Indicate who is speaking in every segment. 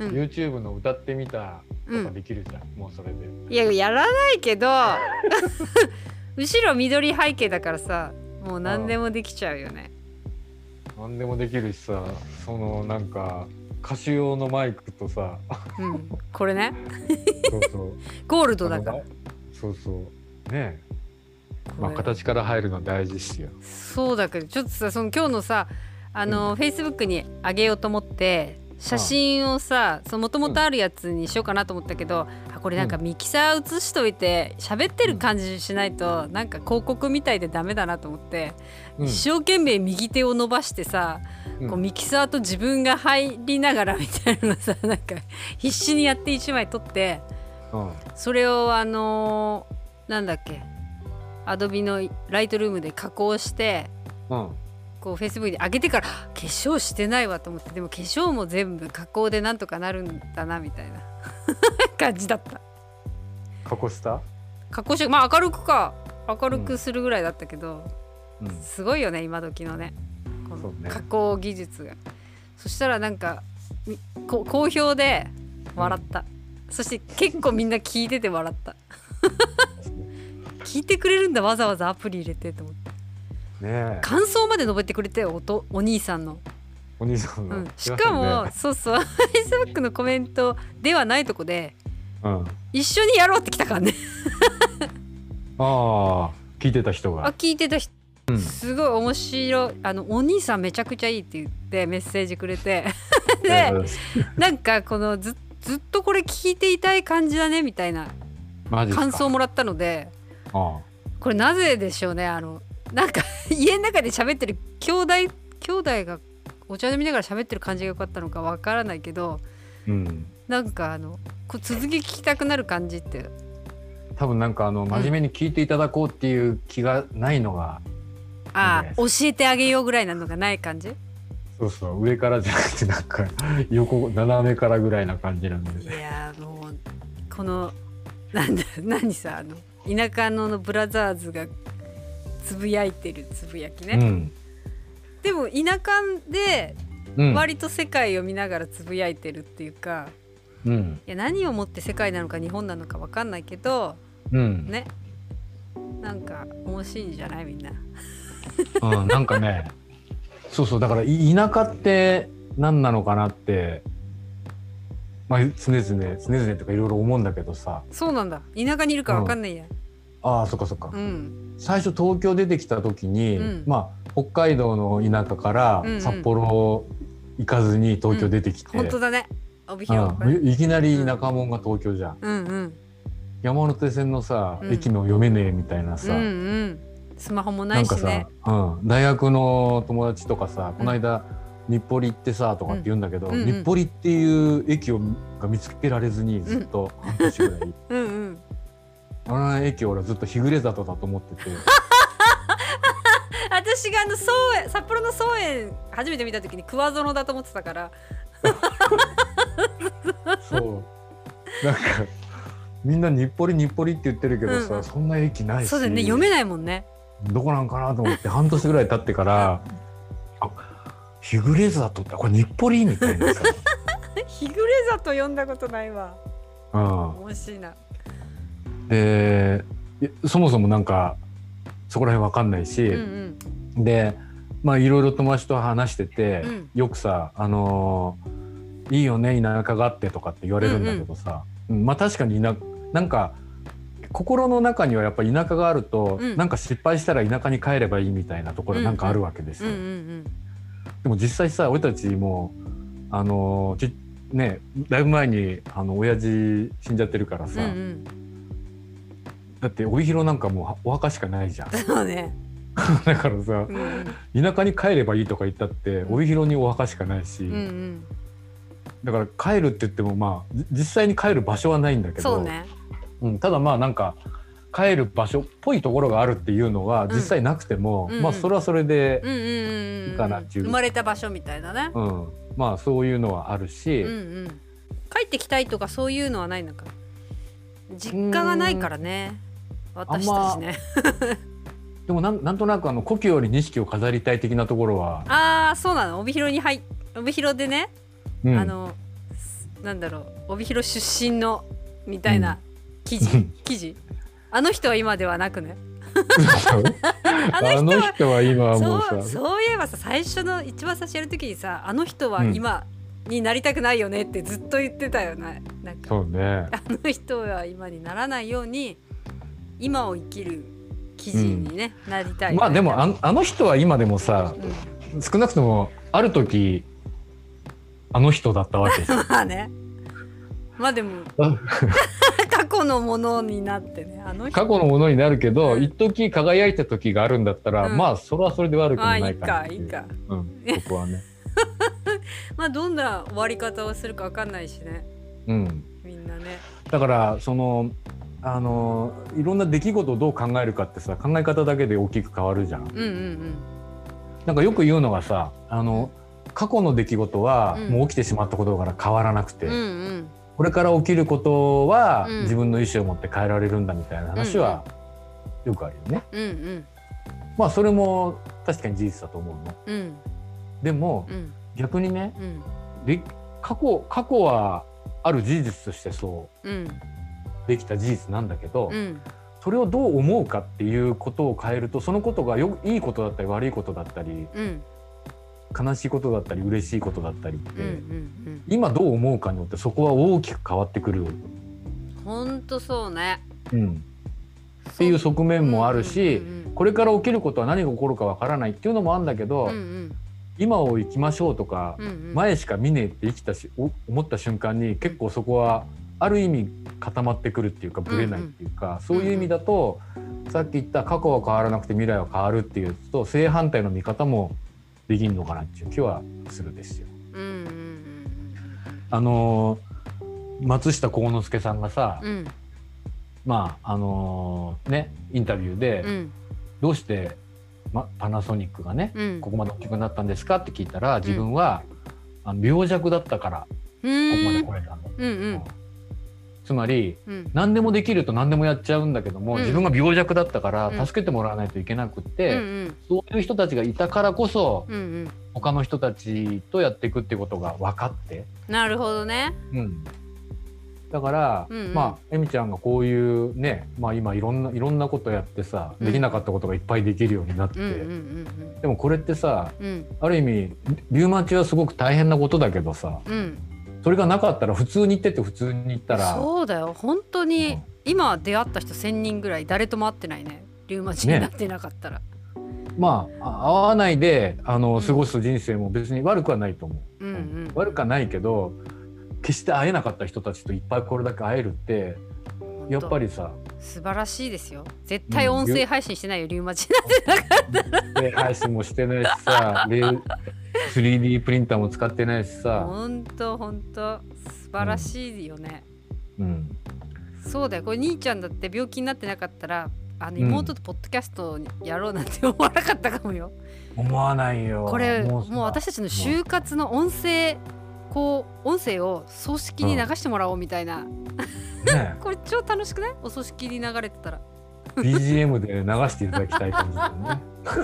Speaker 1: YouTube の歌ってみたとかできるじゃん、もうそれで。
Speaker 2: いややらないけど後ろ緑背景だからさ、もう何でもできちゃうよね。
Speaker 1: 何でもできるしさ、そのなんか歌手用のマイクとさ、
Speaker 2: これね
Speaker 1: そうそう
Speaker 2: ゴールドだから。
Speaker 1: そうそうねえ、まあ形から入るの大事っすよ。
Speaker 2: そうだけどちょっとさ、その今日のさFacebook にあげようと思って写真をさ、もともとあるやつにしようかなと思ったけど、これなんかミキサー映しといて喋ってる感じしないとなんか広告みたいでダメだなと思って、一生懸命右手を伸ばしてさ、こうミキサーと自分が入りながらみたいなのさ、なんか必死にやって1枚撮って、それをなんだっけ、アドビのライトルームで加工して、こう Facebook に上げてから化粧してないわと思って、でも化粧も全部加工でなんとかなるんだなみたいな感じだった。
Speaker 1: 加工した
Speaker 2: 加工して、まあ明るくするぐらいだったけど、すごいよね今時のね、この加工技術が。そしたらなんか好評で笑った、そして結構みんな聞いてて笑った聞いてくれるんだ、わざわざアプリ入れてと思って。感想まで述べてくれて、お兄さんの、しかも、そうそう Facebook のコメントではないとこで、一緒にやろうって来たからね
Speaker 1: 聞いてた人が、
Speaker 2: 聞いてた人、すごい面白い、お兄さんめちゃくちゃいいって言ってメッセージくれてでなんかこのずっとこれ聞いていたい感じだねみたいな感想をもらったので、これなぜでしょうね。なんか家の中で喋ってる兄弟がお茶飲みながら喋ってる感じが良かったのかわからないけど、なんか続き聞きたくなる感じって、
Speaker 1: 多分なんか真面目に聞いていただこうっていう気がないのが、
Speaker 2: 教えてあげようぐらいなのがない感じ。
Speaker 1: そうそう、上からじゃなくてなんか横斜めからぐらいな感じなんで。
Speaker 2: いやもうこの何さ、田舎のブラザーズがつぶやいてるつぶやきね、でも田舎で割と世界を見ながらつぶやいてるっていうか、いや何をもって世界なのか日本なのか分かんないけど、ね、なんか面白いんじゃないみんな
Speaker 1: なんかねそうだから田舎って何なのかなって、まあ、常々とかいろいろ思うんだけどさ。
Speaker 2: そうなんだ、田舎にいるか分かんないや。
Speaker 1: そっかそっか、最初東京出てきた時に、まあ北海道の田舎から札幌行かずに東京出てきて、
Speaker 2: 本当だね、
Speaker 1: いきなり田舎者が東京じゃん、山手線のさ、駅の読めねえみたいなさ、
Speaker 2: スマホもないしね。
Speaker 1: なんかさ、大学の友達とかさ、この間日暮里行ってさとかって言うんだけど、日暮里っていう駅が見つけられずにずっと半年ぐらいあの駅俺ずっと日暮里だと思ってて
Speaker 2: 私が札幌の草園初めて見た時に桑園だと思ってたから
Speaker 1: そうなんかみんな日暮里って言ってるけどさ、そんな駅ないし、
Speaker 2: そうだね、読めないもんね。
Speaker 1: どこなんかなと思って半年ぐらい経ってから日暮里ってこれ日暮里みたいなさ
Speaker 2: 日暮里読んだことないわ。面白いな。
Speaker 1: でそもそもなんかそこら辺わかんないし、でまあいろいろ友達と話してて、よくさいいよね田舎があってとかって言われるんだけどさ、まあ確かになんか心の中にはやっぱ田舎があると、なんか失敗したら田舎に帰ればいいみたいなところなんかあるわけですよ。でも実際さ、俺たちもね、だいぶ前に親父死んじゃってるからさ、だって帯広なんかもうお墓しかないじゃん。
Speaker 2: そうね
Speaker 1: だからさ、田舎に帰ればいいとか言ったって帯広にお墓しかないし、だから帰るって言ってもまあ実際に帰る場所はないんだけど、
Speaker 2: そうね、
Speaker 1: ただまあなんか帰る場所っぽいところがあるっていうのは実際なくても、まあそれはそれでいいかなっていう、
Speaker 2: 生まれた場所みたいなね、
Speaker 1: まあそういうのはあるし、
Speaker 2: 帰ってきたいとかそういうのはないのか。実家がないからね、私たちね
Speaker 1: でもなんとなく故郷に錦を飾りたい的なところは。
Speaker 2: そうなの。帯広でね、 なんだろう、帯広出身のみたいな記事あの人は今ではなくねあの人は今はもうさ、そういえばさ、最初の一番最初やる時にさ、あの人は今になりたくないよねってずっと言ってたよね。なんか
Speaker 1: そうね、
Speaker 2: あの人は今にならないように今を生きる記事にね、なりたい、ね。
Speaker 1: まあでもあの人は今でもさ、少なくともある時あの人だったわけじゃん
Speaker 2: まあね、まあでも過去のものになってね、
Speaker 1: 過去のものになるけど、一時輝いた時があるんだったら、まあそれはそれで悪くもないかなっていう。
Speaker 2: いいか、
Speaker 1: 僕はね
Speaker 2: まあどんな終わり方をするか分かんないしね、みんなね。
Speaker 1: だからそのいろんな出来事をどう考えるかってさ、考え方だけで大きく変わるじゃん。なんかよく言うのがさ、過去の出来事はもう起きてしまったことだから変わらなくて、これから起きることは自分の意思を持って変えられるんだみたいな話はよくあるよね。まあそれも確かに事実だと思うの。でも逆にね、過去はある事実としてそうできた事実なんだけど、それをどう思うかっていうことを変えると、そのことがいいことだったり悪いことだったり、悲しいことだったり嬉しいことだったりって、今どう思うかによってそこは大きく変わってくる。
Speaker 2: ほんとそうね、
Speaker 1: っていう側面もあるし、これから起きることは何が起こるかわからないっていうのもあるんだけど、今を生きましょうとか、前しか見ねえって思った瞬間に結構そこはある意味固まってくるっていうか、ぶれないっていうか、そういう意味だとさっき言った過去は変わらなくて未来は変わるっていうと正反対の見方もできるのかなっていう気はするですよ。松下幸之助さんがさ、まあインタビューで、どうしてパナソニックがね、ここまで大きくなったんですかって聞いたら、自分は病弱だったからここまで来れたんだ。つまり、何でもできると何でもやっちゃうんだけども、自分が病弱だったから助けてもらわないといけなくって、そういう人たちがいたからこそ、他の人たちとやっていくっていうことが分かって。
Speaker 2: なるほどね。
Speaker 1: だから、まあえみちゃんがこういうね、まあ今いろんなことやってさ、できなかったことがいっぱいできるようになって、でもこれってさ、ある意味リウマチはすごく大変なことだけどさ、それがなかったら普通に行ってて普通に行ったら、
Speaker 2: そうだよ本当に、今出会った人1000人ぐらい誰とも会ってないね、リウマチになってなかったら、
Speaker 1: まあ会わないで過ごす人生も別に悪くはないと思う。悪くはないけど、決して会えなかった人たちといっぱいこれだけ会えるってやっぱりさ、
Speaker 2: 素晴らしいですよ。絶対音声配信してないよ、リウマチになってなかったら。
Speaker 1: 音声配信もしてないしさ3D プリンターも使ってないしさ、
Speaker 2: ほんと素晴らしいよね。そうだよ、これ兄ちゃんだって病気になってなかったら妹とポッドキャストやろうなんて思わなかったかもよ。
Speaker 1: 思わないよ。
Speaker 2: これもう私たちの就活の音声を葬式に流してもらおうみたいな、これ超楽しくない？お葬式に流れてたら
Speaker 1: BGM で流していただきたい感じだよね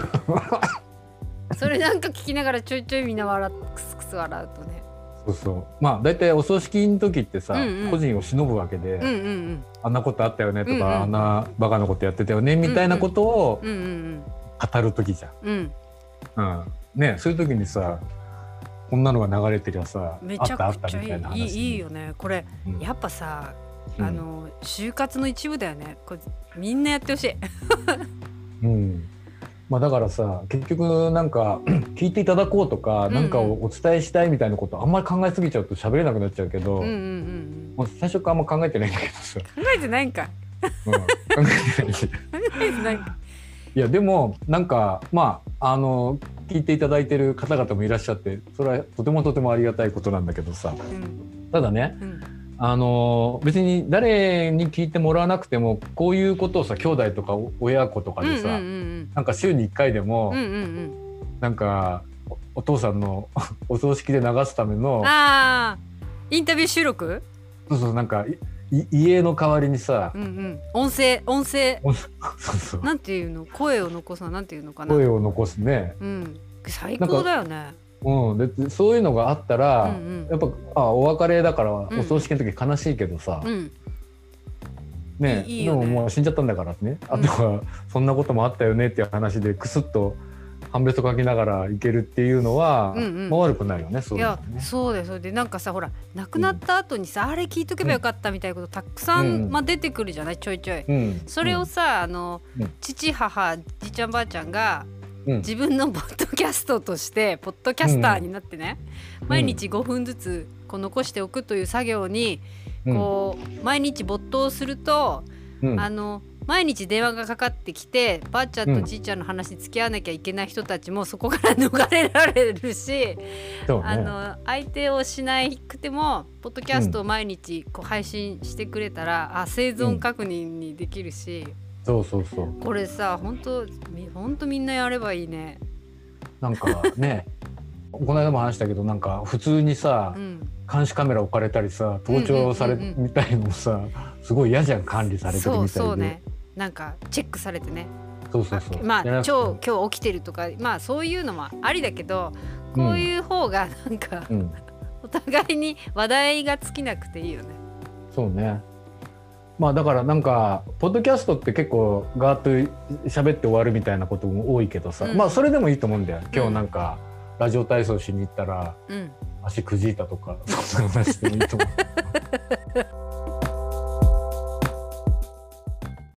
Speaker 2: それなんか聞きながらちょいちょいみんなクスクス笑うとね。
Speaker 1: そうまあだいたいお葬式の時ってさ、個人を偲ぶわけで、あんなことあったよねとか、あんなバカなことやってたよねみたいなことを語る時じゃん。ね、そういう時にさ、こんなのが流れてりゃさ、
Speaker 2: めちゃくちゃいいよねこれ、やっぱさ、就活の一部だよね。これみんなやってほしい
Speaker 1: まあだからさ、結局なんか聞いていただこうとか、なんかをお伝えしたいみたいなことあんまり考えすぎちゃうと喋れなくなっちゃうけど、もう最初からあんま考えてないんだけどさ。
Speaker 2: 考えてないんか
Speaker 1: 考えてないし。いやでもなんかまあ聞いていただいてる方々もいらっしゃって、それはとてもありがたいことなんだけどさ、ただね、別に誰に聞いてもらわなくても、こういうことをさ、兄弟とか親子とかでさ、なんか週に1回でも、なんかお父さんのお葬式で流すための
Speaker 2: インタビュー収録、
Speaker 1: そうなんか家の代わりにさ、
Speaker 2: 音声
Speaker 1: そう
Speaker 2: なんていうの、声を残すのなんていうのかな、
Speaker 1: 声を残すね、
Speaker 2: 最高だよね。
Speaker 1: でそういうのがあったら、やっぱお別れだからお葬式の時悲しいけどさ、ね、でももう死んじゃったんだからね、あとはそんなこともあったよねっていう話でクスッと判別を書きながらいけるっていうのは、悪くないよね。そういうのね。
Speaker 2: いやそうです。でなんかさほら亡くなった後にさ、あれ聞いとけばよかったみたいなことたくさん、出てくるじゃない、ちょいちょい、それをさ父母じいちゃんばあちゃんが自分のポッドキャストとしてポッドキャスターになってね、毎日5分ずつこう残しておくという作業にこう毎日没頭すると、毎日電話がかかってきてばあちゃんとじいちゃんの話に付き合わなきゃいけない人たちもそこから逃れられるし、相手をしなくてもポッドキャストを毎日こう配信してくれたら、生存確認にできるし、
Speaker 1: そうこ
Speaker 2: れさ本当みんなやればいいね。
Speaker 1: なんかねこの間も話したけど、なんか普通にさ、監視カメラ置かれたりさ盗聴されみたいのもさ、すごい嫌じゃん、管理されてるみたいで。
Speaker 2: そうね、なんかチェックされてね。
Speaker 1: そう
Speaker 2: まあ今日起きてるとか、まあそういうのもありだけど、こういう方がなんか、お互いに話題が尽きなくていいよね。
Speaker 1: そうね。まあだからなんかポッドキャストって結構ガーッと喋って終わるみたいなことも多いけどさ、まあそれでもいいと思うんだよ。今日なんかラジオ体操しに行ったら、足くじいたとかそんな話でもいいと思う。